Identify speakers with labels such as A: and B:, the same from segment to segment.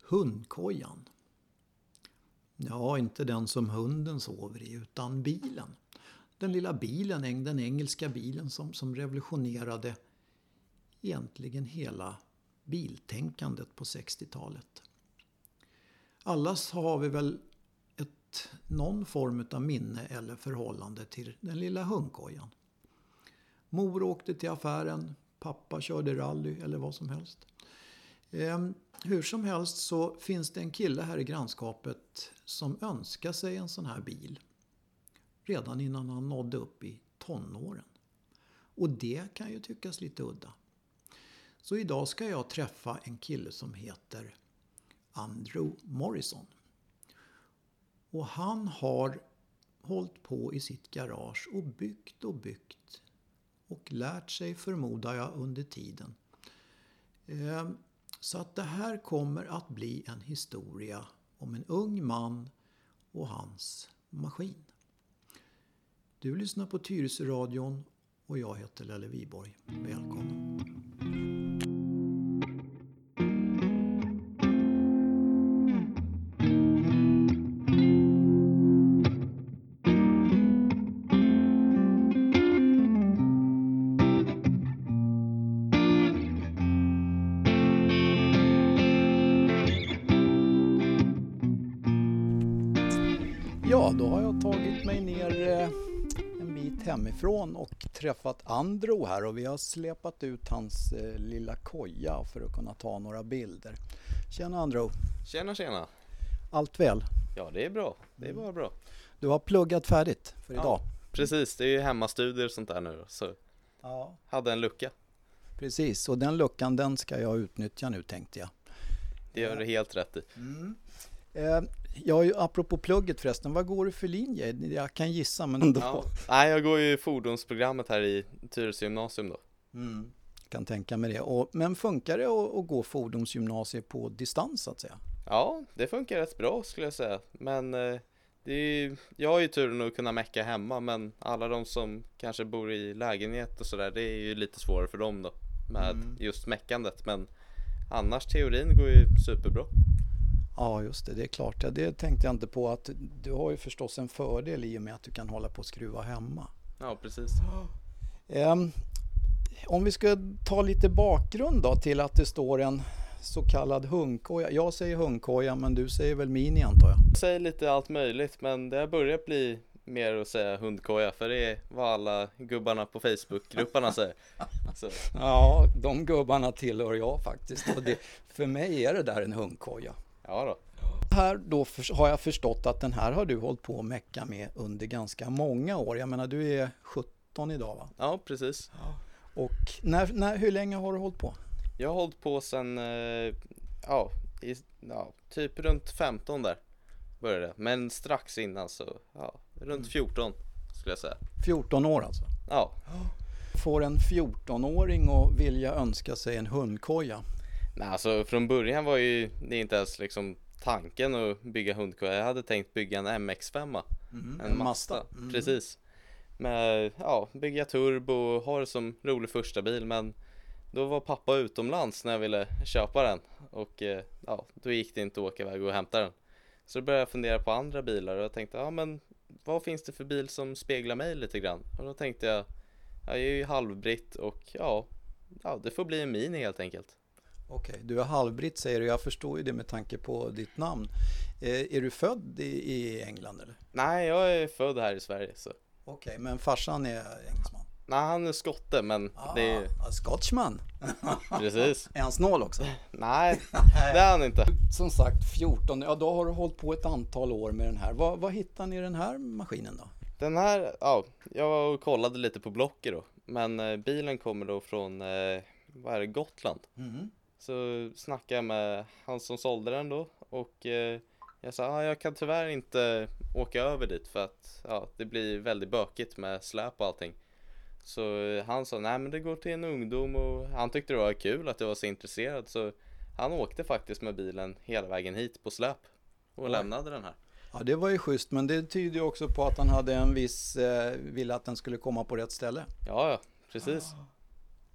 A: hundkojan. Ja, inte den som hunden sover i, utan bilen. Den lilla bilen, den engelska bilen som revolutionerade egentligen hela biltänkandet på 60-talet. Allas har vi väl någon form av minne eller förhållande till den lilla hundkojan. Mor åkte till affären, pappa körde rally eller vad som helst. Hur som helst så finns det en kille här i grannskapet som önskar sig en sån här bil redan innan han nådde upp i tonåren. Och det kan ju tyckas lite udda. Så idag ska jag träffa en kille som heter Andrew Morrison. Och han har hållit på i sitt garage och byggt och lärt sig, förmodar jag, under tiden. Så att det här kommer att bli en historia om en ung man och hans maskin. Du lyssnar på Tyresöradion och jag heter Lelle Viborg. Välkommen! Ja, då har jag tagit mig ner en bit hemifrån och träffat Andrew här och vi har släpat ut hans lilla koja för att kunna ta några bilder. Tjena Andrew!
B: Tjena!
A: Allt väl?
B: Ja, det är bra. Det är bara bra.
A: Du har pluggat färdigt för idag?
B: Precis, det är ju hemmastudier och sånt där nu. Så hade en lucka.
A: Precis, och den luckan den ska jag utnyttja nu tänkte jag.
B: Det gör du helt rätt i.
A: Apropå plugget förresten, vad går du för linje? Jag kan gissa men ändå.
B: Ja. Nej, jag går ju fordonsprogrammet här i Tyresö gymnasium då.
A: Kan tänka mig det. Men funkar det att gå fordonsgymnasiet på distans så att säga?
B: Ja, det funkar rätt bra skulle jag säga. Men jag har ju turen att kunna mecka hemma, men alla de som kanske bor i lägenhet och sådär, det är ju lite svårare för dem då med just meckandet. Men annars teorin går ju superbra.
A: Ja, just det är klart. Det tänkte jag inte på, att du har ju förstås en fördel i och med att du kan hålla på och skruva hemma.
B: Ja, precis.
A: Om vi ska ta lite bakgrund då till att det står en så kallad hundkoja. Jag säger hundkoja, men du säger väl mini antar jag?
B: Jag säger lite allt möjligt, men det har börjat bli mer att säga hundkoja, för det är vad alla gubbarna på Facebook-grupperna säger. Så.
A: Ja, de gubbarna tillhör jag faktiskt. Och för mig är det där en hundkoja.
B: Ja då.
A: Här då har jag förstått att den här har du hållit på att mecka med under ganska många år. Jag menar, du är 17 idag va?
B: Ja, precis.
A: Och hur länge har du hållit på?
B: Jag har hållit på sedan typ runt 15 där började det. Men strax innan så runt 14 skulle jag säga.
A: 14 år alltså?
B: Ja.
A: Får en 14-åring och vilja önska sig en hundkoja?
B: Nej, alltså från början var ju det inte ens liksom tanken att bygga hundkoja. Jag hade tänkt bygga en MX-5. En Mazda. Precis. Med bygga turbo och ha det som rolig första bil. Men då var pappa utomlands när jag ville köpa den. Och då gick det inte att åka iväg och hämta den. Så då började jag fundera på andra bilar. Och jag tänkte, men vad finns det för bil som speglar mig lite grann? Och då tänkte jag är ju halvbritt och det får bli en mini helt enkelt.
A: Okej, du är halvbritt säger du. Jag förstår ju det med tanke på ditt namn. Är du född i England eller?
B: Nej, jag är född här i Sverige.
A: Okej, men farsan är engelsman?
B: Nej, han är skotte, men det är...
A: Scotchman?
B: Precis.
A: Är han snål också?
B: Nej, det är han inte.
A: Som sagt, 14. Ja, då har du hållit på ett antal år med den här. Vad hittar ni i den här maskinen då?
B: Den här, jag kollade lite på Blocket då. Men bilen kommer då från, Gotland. Så snackade jag med han som sålde den då. Och jag sa, jag kan tyvärr inte åka över dit för att det blir väldigt bökigt med släp och allting. Så han sa, nej men det går till en ungdom, och han tyckte det var kul att jag var så intresserad. Så han åkte faktiskt med bilen hela vägen hit på släp och lämnade den här.
A: Ja, det var ju schysst, men det tyder ju också på att han hade en viss ville att den skulle komma på rätt ställe.
B: Ja, precis.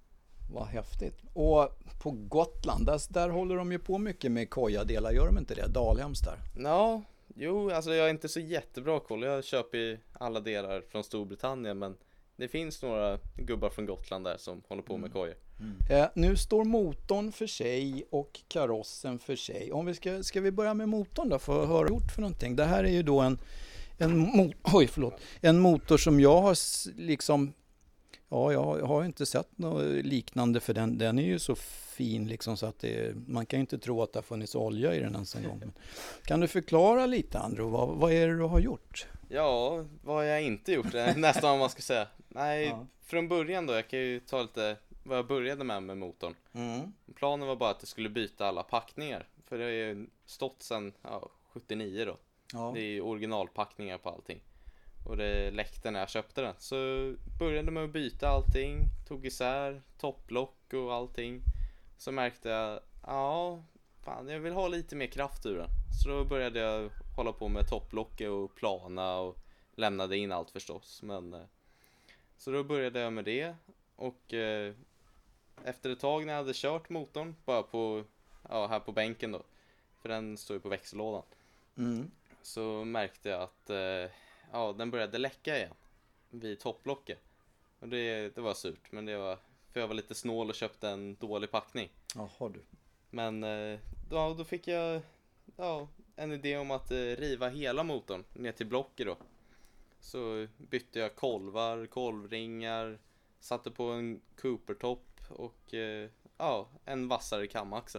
C: vad häftigt. Och på Gotland, där håller de ju på mycket med kojadelar, gör de inte det? Dalhems där.
B: Ja, jo, alltså jag är inte så jättebra koll. Jag köper ju alla delar från Storbritannien, men det finns några gubbar från Gotland där som håller på med kojor.
C: Nu står motorn för sig och karossen för sig. Om vi ska vi börja med motorn då, för att höra gjort för någonting. Det här är ju då en motor som jag har liksom, ja, jag har inte sett något liknande, för den är ju så fin liksom, så att man kan ju inte tro att det har funnits olja i den ens en gång. Kan du förklara lite, Andro, vad är det du har gjort?
B: Ja, vad har jag inte gjort? Nästan vad man ska säga. Nej, från början då, jag kan ju ta lite vad jag började med motorn. Planen var bara att jag skulle byta alla packningar. För det har ju stått sedan 79 då. Ja. Det är ju originalpackningar på allting. Och det läckte när jag köpte den. Så började med att byta allting. Tog isär topplock och allting. Så märkte jag, jag vill ha lite mer kraft ur den. Så då började jag hålla på med topplocket och plana och lämnade in allt förstås. Så då började jag med det. Och efter ett tag när jag hade kört motorn bara på, här på bänken då. För den står ju på växellådan. Så märkte jag att den började läcka igen vid topplocket. Och det var surt, men det var för jag var lite snål och köpte en dålig packning.
C: Jaha du.
B: Men då fick jag en idé om att riva hela motorn ner till blocket då. Så bytte jag kolvringar, satte på en Cooper-topp och en vassare kamaxel.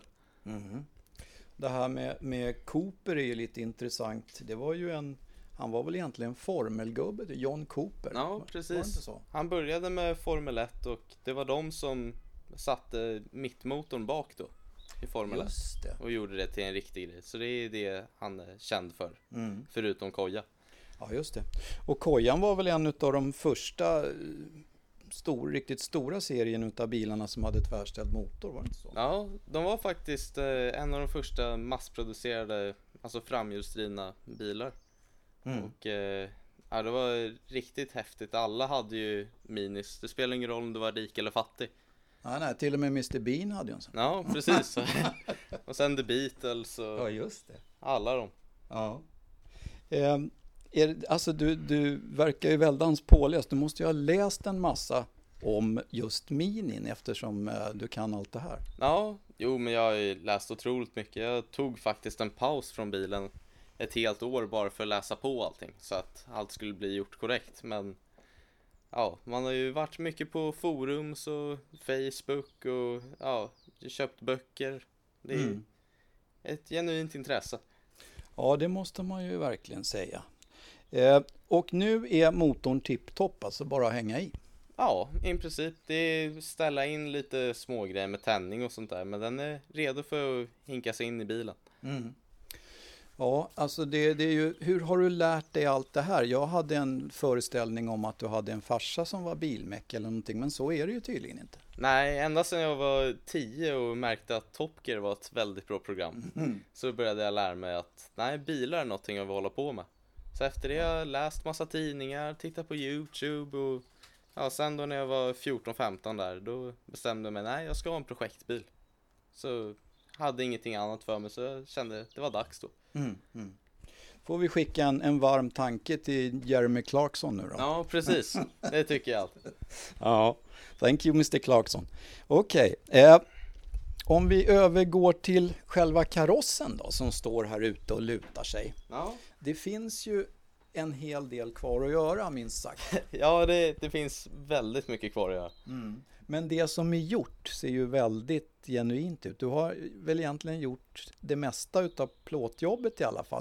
C: Det här med Cooper är ju lite intressant. Det var ju han var väl egentligen formelgubbe, John Cooper.
B: Ja, precis. Han började med Formel 1 och det var de som satte mittmotorn bak då i Formel 1 och gjorde det till en riktig grej. Så det är det han är känd för, förutom koja.
C: Ja, just det. Och kojan var väl en av de första riktigt stora serien av bilarna som hade tvärställd motor, var det inte så?
B: Ja, de var faktiskt en av de första massproducerade, alltså framhjulsdrivna bilar. Och det var riktigt häftigt. Alla hade ju minis. Det spelar ingen roll om du var rik eller fattig.
C: Nej, till och med Mr. Bean hade ju en sån.
B: Ja, precis. Och sen The Beatles och
C: ja, just det.
B: Alla dem.
C: Ja. Alltså du verkar ju väldans påläst. Du måste ju ha läst en massa om just minin eftersom du kan allt det här.
B: Ja, men jag har ju läst otroligt mycket. Jag tog faktiskt en paus från bilen ett helt år bara för att läsa på allting. Så att allt skulle bli gjort korrekt. Men man har ju varit mycket på forums och Facebook och köpt böcker. Det är ett genuint intresse.
C: Ja, det måste man ju verkligen säga. Och nu är motorn tipptopp, alltså bara hänga i.
B: Ja, i princip. Det är ställa in lite smågrejer med tändning och sånt där. Men den är redo för att hinka sig in i bilen.
C: Ja, alltså det är ju, hur har du lärt dig allt det här? Jag hade en föreställning om att du hade en farsa som var bilmäck eller någonting, men så är det ju tydligen inte.
B: Nej, ända sedan jag var 10 och märkte att Top Gear var ett väldigt bra program. Så började jag lära mig att bilar är någonting jag vill hålla på med. Så efter det har jag läst massa tidningar, tittat på YouTube och sen då när jag var 14-15 där, då bestämde jag mig, jag ska ha en projektbil. Så hade ingenting annat för mig, så jag kände det var dags då.
C: Får vi skicka en varm tanke till Jeremy Clarkson nu då?
B: Ja, precis. Det tycker jag alltid.
C: Ja, thank you Mr. Clarkson. Okej, om vi övergår till själva karossen då, som står här ute och lutar sig.
B: Ja.
C: Det finns ju en hel del kvar att göra, minst sagt.
B: Ja, det finns väldigt mycket kvar att göra.
C: Men det som är gjort ser ju väldigt genuint ut. Du har väl egentligen gjort det mesta utav plåtjobbet i alla fall.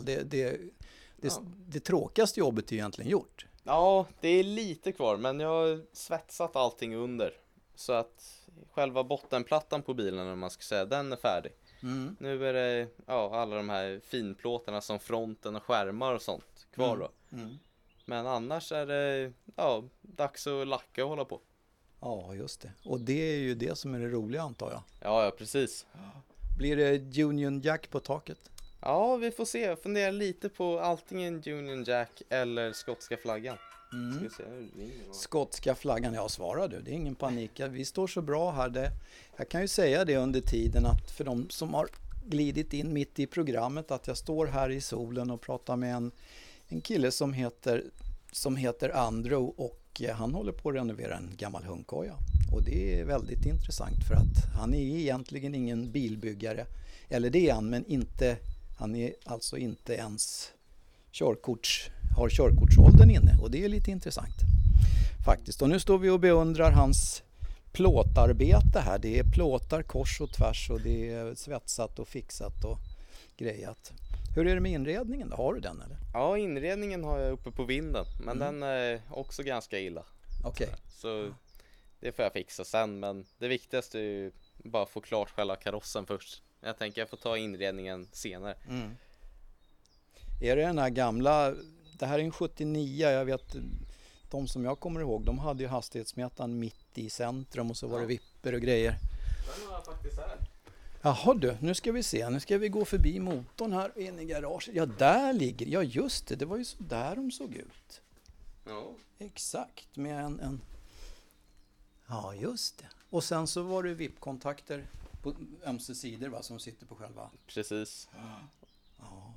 C: Det tråkigaste jobbet är egentligen gjort.
B: Ja, det är lite kvar, men jag har svetsat allting under. Så att själva bottenplattan på bilen, om man ska säga, den är färdig. Nu är det alla de här finplåtarna som fronten och skärmar och sånt kvar då. Men annars är det dags att lacka och hålla på.
C: Ja, just det. Och det är ju det som är det roliga, antar jag.
B: Ja, precis.
C: Blir det Union Jack på taket?
B: Ja, vi får se. Jag funderar lite på antingen Union Jack eller skotska flaggan. Ska vi se, ringer.
C: Skotska flaggan, jag svarar du. Det är ingen panik. Vi står så bra här. Jag kan ju säga det under tiden att för de som har glidit in mitt i programmet att jag står här i solen och pratar med en kille som heter Andrew och han håller på att renovera en gammal hundkoja. Och det är väldigt intressant för att han är egentligen ingen bilbyggare. Eller det är han, men han är alltså inte ens har körkortsåldern inne. Och det är lite intressant faktiskt. Och nu står vi och beundrar hans plåtarbete här. Det är plåtar kors och tvärs och det är svetsat och fixat och grejat. Hur är det med inredningen då? Har du den eller?
B: Ja, inredningen har jag uppe på vinden. Men den är också ganska illa.
C: Okej.
B: Så det får jag fixa sen. Men det viktigaste är ju bara att få klart själva karossen först. Jag tänker jag får ta inredningen senare.
C: Är det den här gamla, det här är en 79, jag vet de som jag kommer ihåg, de hade ju hastighetsmätaren mitt i centrum och så var det vipper och grejer.
B: Den var faktiskt här.
C: Jaha du, nu ska vi se, nu ska vi gå förbi motorn här in i garaget. Ja, där ligger, ja just det var ju så där de såg ut.
B: Ja.
C: Exakt, med en... Ja, just det. Och sen så var det VIP-kontakter på ömse sidor va, som sitter på själva...
B: Precis.
C: Ja.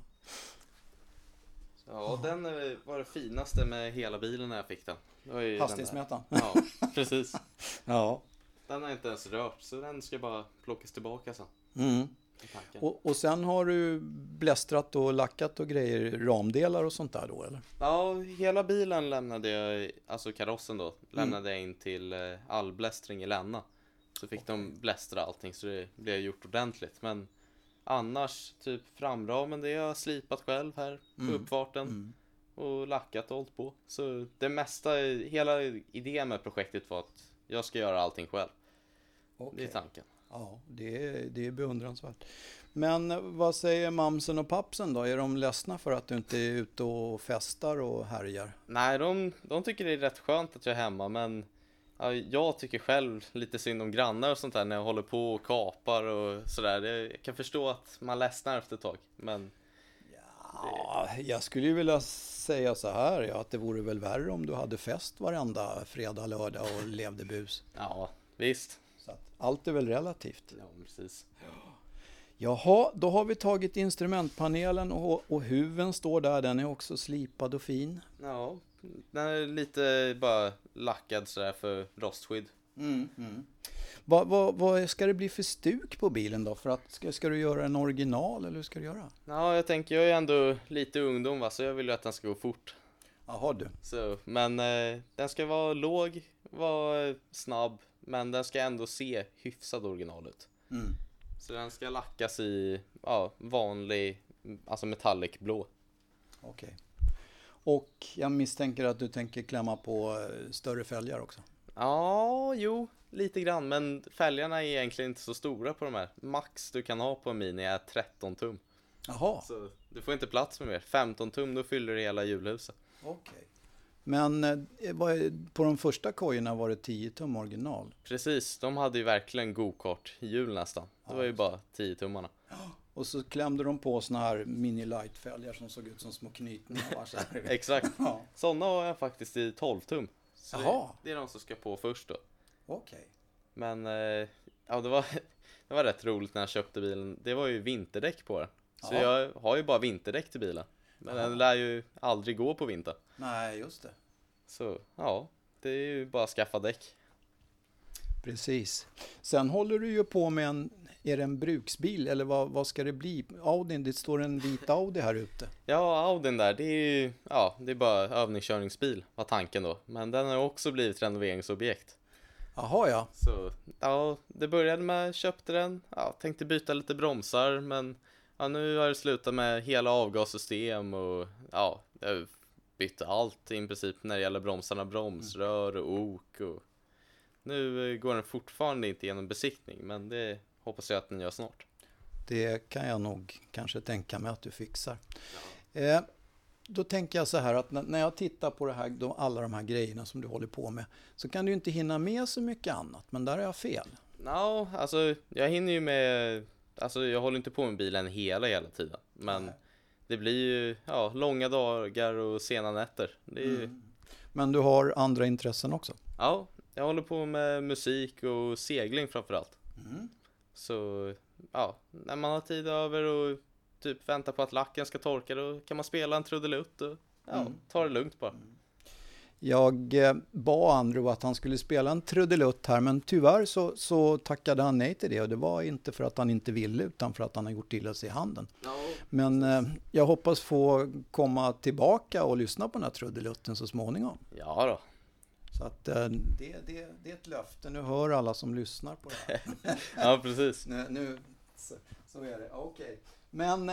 B: Ja, den var det finaste med hela bilen när jag fick den.
C: Hastighetsmätaren.
B: Ja, precis.
C: Ja.
B: Den har inte ens rört, så den ska bara plockas tillbaka sen.
C: Och sen har du blästrat och lackat och grejer, ramdelar och sånt där då eller?
B: Ja, hela bilen lämnade jag, alltså karossen då, lämnade jag in till allblästring i Länna. Så fick de blästra allting så det blev gjort ordentligt. Men annars, typ framramen, det har jag slipat själv här på uppfarten. Och lackat och hållit på. Så det mesta, hela idén med projektet var att jag ska göra allting själv. Det är tanken.
C: Ja, det är beundransvärt. Men vad säger mamsen och pappsen då? Är de ledsna för att du inte är ute och festar och härjar?
B: Nej, de tycker det är rätt skönt att jag är hemma. Men ja, jag tycker själv lite synd om grannar och sånt där när jag håller på och kapar och sådär. Jag kan förstå att man ledsnar efter ett tag. Men
C: ja, jag skulle ju vilja säga så här, ja, att det vore väl värre om du hade fest varenda fredag, lördag och levde bus.
B: Ja, visst.
C: Så att allt är väl relativt.
B: Ja, precis.
C: Jaha, då har vi tagit instrumentpanelen och huven står där, den är också slipad och fin.
B: Ja, den är lite bara lackad sådär för rostskydd.
C: Vad ska det bli för stuk på bilen då? För att ska du göra en original eller hur ska du göra?
B: Ja, jag tänker, jag är ändå lite ungdom va, så jag vill ju att den ska gå fort.
C: Jaha du.
B: Så, men den ska vara låg, vara snabb, men den ska ändå se hyfsad original ut. Så den ska lackas i vanlig, alltså metallic blå.
C: Okej. Och jag misstänker att du tänker klämma på större fälgar också.
B: Ja, jo, lite grann, men fälgarna är egentligen inte så stora på de här. Max du kan ha på en Mini är 13 tum.
C: Jaha.
B: Så du får inte plats med mer. 15 tum, då fyller du hela hjulhuset.
C: Okej. Men på de första kojorna var det 10 tum original.
B: Precis, de hade ju verkligen go-kart hjul nästan. Det var ju bara 10 tummarna.
C: Och så klämde de på såna här mini light-fälgar som såg ut som små knytningar.
B: Exakt.
C: Ja.
B: Sådana har jag faktiskt i 12 tum. Så
C: Jaha.
B: det är de som ska på först då.
C: Okej.
B: Men ja, det var rätt roligt när jag köpte bilen. Det var ju vinterdäck på den. Så jag har ju bara vinterdäck till bilen. Men den lär ju aldrig gå på vinter.
C: Nej, just det.
B: Så ja, det är ju bara att skaffa däck.
C: Precis. Sen håller du ju på med är det en bruksbil eller vad ska det bli? Audin, det står en vit Audi här ute.
B: Ja, Audin där, det är ju, det är bara övningskörningsbil var tanken då. Men den har också blivit renoveringsobjekt.
C: Jaha, ja.
B: Så ja, det började med, köpte den, tänkte byta lite bromsar, men nu har det slutat med hela avgassystem och jag bytte allt i princip när det gäller bromsarna, bromsrör och ok och nu går den fortfarande inte igenom besiktning, men det hoppas jag att den gör snart.
C: Det kan jag nog kanske tänka mig att du fixar. Då tänker jag så här att när jag tittar på det här, alla de här grejerna som du håller på med, så kan du inte hinna med så mycket annat, men där är jag fel.
B: Alltså jag hinner ju med, alltså jag håller inte på med bilen hela tiden, men det blir ju långa dagar och sena nätter. Det är ju...
C: Men du har andra intressen också?
B: Ja, jag håller på med musik och segling framförallt. Så ja, när man har tid över och typ väntar på att lacken ska torka, då kan man spela en trudelutt och ta det lugnt bara.
C: Jag bad Andrew att han skulle spela en trudelutt här, men tyvärr så tackade han nej till det, och det var inte för att han inte ville utan för att han har gjort illa sig i handen. Men jag hoppas få komma tillbaka och lyssna på den här trudelutten så småningom.
B: Ja då.
C: Så att det är ett löfte. Nu hör alla som lyssnar på det här.
B: Ja, precis.
C: Nu så är det. Okej. Men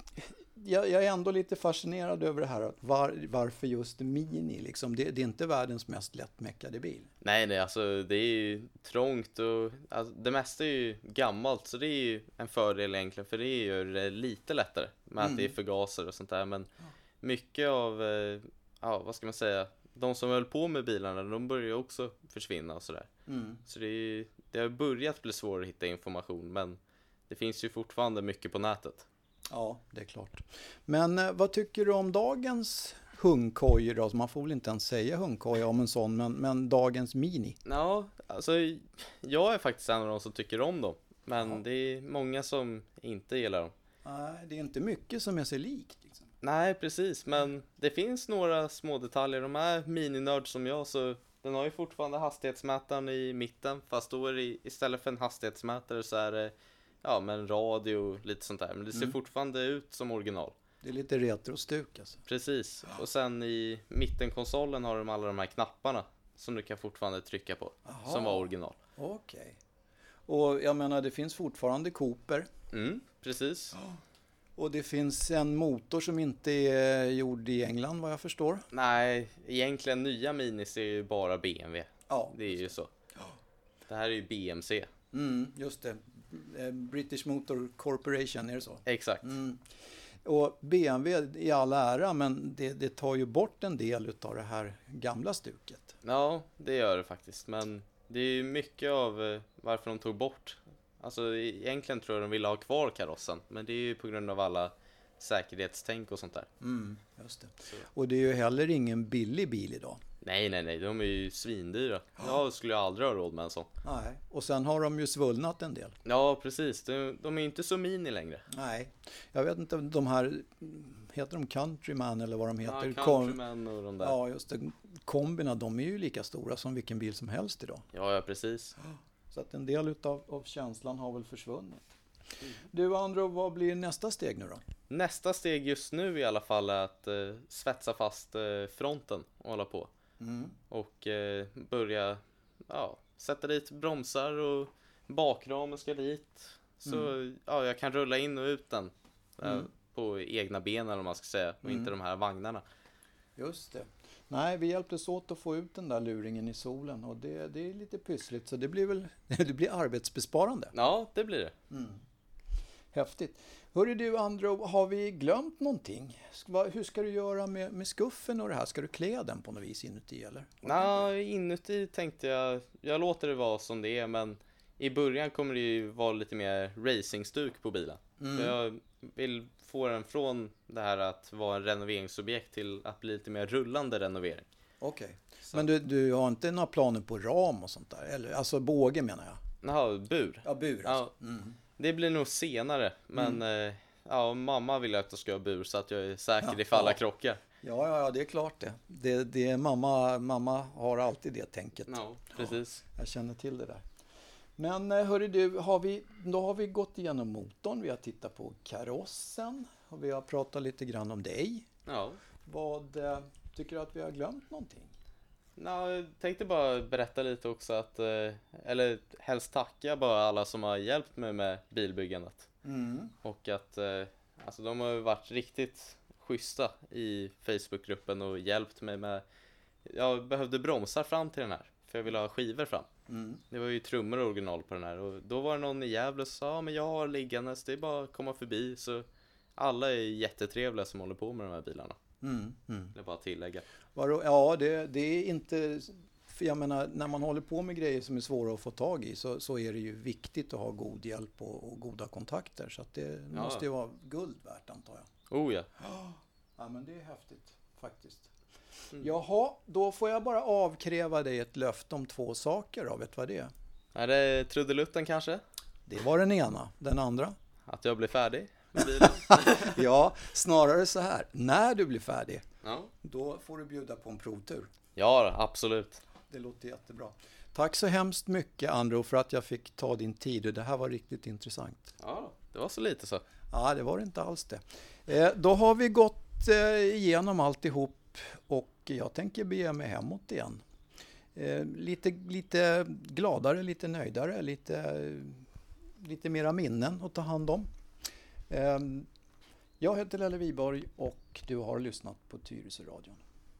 C: jag är ändå lite fascinerad över det här. Att varför just Mini? Liksom? Det är inte världens mest lättmäckade bil.
B: Nej, alltså det är ju trångt och alltså, det mesta är ju gammalt, så det är ju en fördel egentligen, för det är ju lite lättare med att det är förgasare och sånt där. Men mycket av, vad ska man säga, de som höll på med bilarna, de börjar ju också försvinna och sådär. Så det har börjat bli svårt att hitta information, men det finns ju fortfarande mycket på nätet.
C: Ja, det är klart. Men vad tycker du om dagens hungkoj då? Man får väl inte ens säga hungkoj om en sån, men dagens Mini.
B: Ja, alltså jag är faktiskt en av de som tycker om dem. Men det är många som inte gillar dem.
C: Nej, det är inte mycket som är sig likt. Liksom.
B: Nej, precis. Men det finns några små detaljer. De är mininörd som jag, så den har ju fortfarande hastighetsmätaren i mitten. Fast då är det, istället för en hastighetsmätare så är det med en radio och lite sånt där. Men det ser fortfarande ut som original.
C: Det är lite retrostuk alltså.
B: Precis. Och sen i mittenkonsolen har de alla de här knapparna som du kan fortfarande trycka på. Som var original.
C: Okej. Och jag menar, det finns fortfarande Cooper.
B: Precis.
C: Och det finns en motor som inte är gjord i England, vad jag förstår.
B: Nej, egentligen nya Minis är ju bara BMW.
C: Ja.
B: Det är ju så. Det här är ju BMC.
C: Just det. British Motor Corporation, är det så?
B: Exakt.
C: Och BMW i all ära, men det tar ju bort en del av det här gamla stuket.
B: Ja, det gör det faktiskt. Men det är ju mycket av varför de tog bort. Alltså egentligen tror jag de ville ha kvar karossen. Men det är ju på grund av alla säkerhetstänk och sånt där.
C: Just det. Och det är ju heller ingen billig bil idag.
B: Nej, de är ju svindyra. Jag skulle aldrig ha råd med en sån.
C: Nej, och sen har de ju svullnat en del.
B: Ja, precis. De är ju inte så mini längre.
C: Nej, jag vet inte, de här, heter de Countryman eller vad de heter?
B: Ja, Countryman och de där.
C: Ja, just det. Kombina, de är ju lika stora som vilken bil som helst idag.
B: Ja, precis.
C: Så att en del av känslan har väl försvunnit. Du Andrew, vad blir nästa steg nu då?
B: Nästa steg just nu i alla fall är att svetsa fast fronten och hålla på. Och börja sätta dit bromsar och bakramen ska dit. Så jag kan rulla in och ut den på egna ben eller vad man ska säga. Och inte de här vagnarna.
C: Just det. Nej, vi hjälptes åt att få ut den där luringen i solen. Och det är lite pyssligt, så det blir arbetsbesparande.
B: Ja, det blir det.
C: Häftigt. Hörru du Andrew, har vi glömt någonting? Hur ska du göra med skuffen och det här? Ska du klä den på något vis inuti eller?
B: Nej, inuti tänkte jag låter det vara som det är, men i början kommer det ju vara lite mer racingstuk på bilen. För jag vill få den från det här att vara en renoveringsobjekt till att bli lite mer rullande renovering.
C: Okej. Men du har inte några planer på ram och sånt där? Eller, alltså båge menar jag.
B: Jaha, bur.
C: Ja, bur alltså.
B: Det blir nog senare, men mamma vill att jag ska ha bur så att jag är säker ifall alla krockar.
C: Ja, det är klart det. Det mamma har alltid det tänket.
B: Ja, precis.
C: Jag känner till det där. Men hörru du, då har vi gått igenom motorn, vi har tittat på karossen och vi har pratat lite grann om dig.
B: Ja.
C: Vad tycker du att vi har glömt någonting?
B: Jag tänkte bara berätta lite också att, eller helst tacka bara alla som har hjälpt mig med bilbyggandet. Och att alltså de har varit riktigt schyssta i Facebookgruppen och hjälpt mig med, jag behövde bromsar fram till den här för jag ville ha skivor fram. Det var ju trummor original på den här och då var det någon i Gävle som sa, men jag har liggandes, det är bara att komma förbi. Så alla är jättetrevliga som håller på med de här bilarna. Det är bara att tillägga.
C: Ja, det är inte... För jag menar, när man håller på med grejer som är svåra att få tag i så är det ju viktigt att ha god hjälp och goda kontakter. Så att det måste ju vara guld värt, antar jag.
B: Oh ja.
C: Ja, men det är häftigt faktiskt. Jaha, då får jag bara avkräva dig ett löfte om 2 saker då. Vet du vad det är?
B: Är det trudelutten kanske?
C: Det var den ena. Den andra?
B: Att jag blir färdig med bilen?
C: Ja, snarare så här. När du blir färdig,
B: Ja.
C: då får du bjuda på en provtur.
B: Ja, absolut.
C: Det låter jättebra. Tack så hemskt mycket, Andro, för att jag fick ta din tid. Och det här var riktigt intressant.
B: Ja, det var så lite så.
C: Ja, det var det inte alls det. Då har vi gått igenom alltihop och jag tänker bege mig hemåt igen. Lite gladare, lite nöjdare, lite mera minnen att ta hand om. Jag heter Lelle Wiborg och du har lyssnat på Tyresöradion.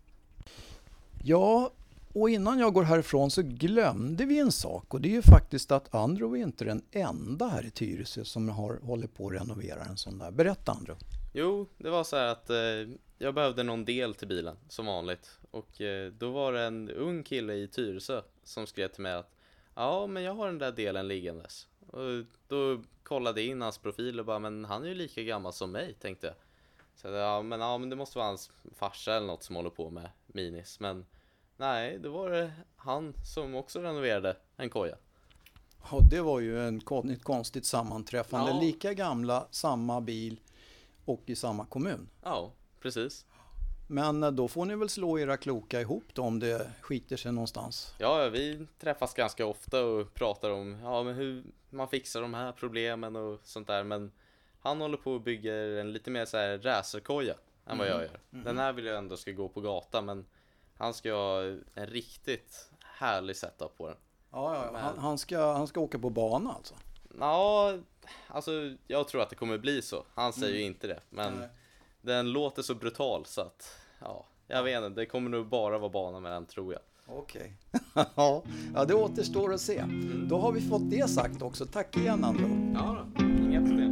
C: Ja, och innan jag går härifrån så glömde vi en sak, och det är ju faktiskt att Andro är inte den enda här i Tyresö som håller på att renovera en sån där. Berätta, Andro.
B: Jo, det var så här att jag behövde någon del till bilen som vanligt. Och då var det en ung kille i Tyresö som skrev till mig att ja, men jag har den där delen liggandes. Och då kollade jag in hans profil och bara, men han är ju lika gammal som mig, tänkte jag. Så ja, men det måste vara hans farsa eller något som håller på med minis. Men nej, då var det han som också renoverade en koja.
C: Och det var ju ett konstigt sammanträffande.
B: Ja.
C: Lika gamla, samma bil och i samma kommun.
B: Ja, precis.
C: Men då får ni väl slå era kloka ihop då, om det skiter sig någonstans.
B: Ja, vi träffas ganska ofta och pratar om men hur man fixar de här problemen och sånt där. Men han håller på att bygga en lite mer så här racerkoja än vad jag gör. Den här vill jag ändå ska gå på gata, men han ska ha en riktigt härlig setup på den.
C: Ja.
B: Men
C: Han ska åka på bana alltså.
B: ja, alltså jag tror att det kommer bli så. Han säger ju inte det, men
C: Nej.
B: den låter så brutal så att jag vet inte, det kommer nog bara vara bana med den, tror jag.
C: Okej. Ja, det återstår att se. Då har vi fått det sagt också. Tack igen, Andro.
B: Ja då, inga problem.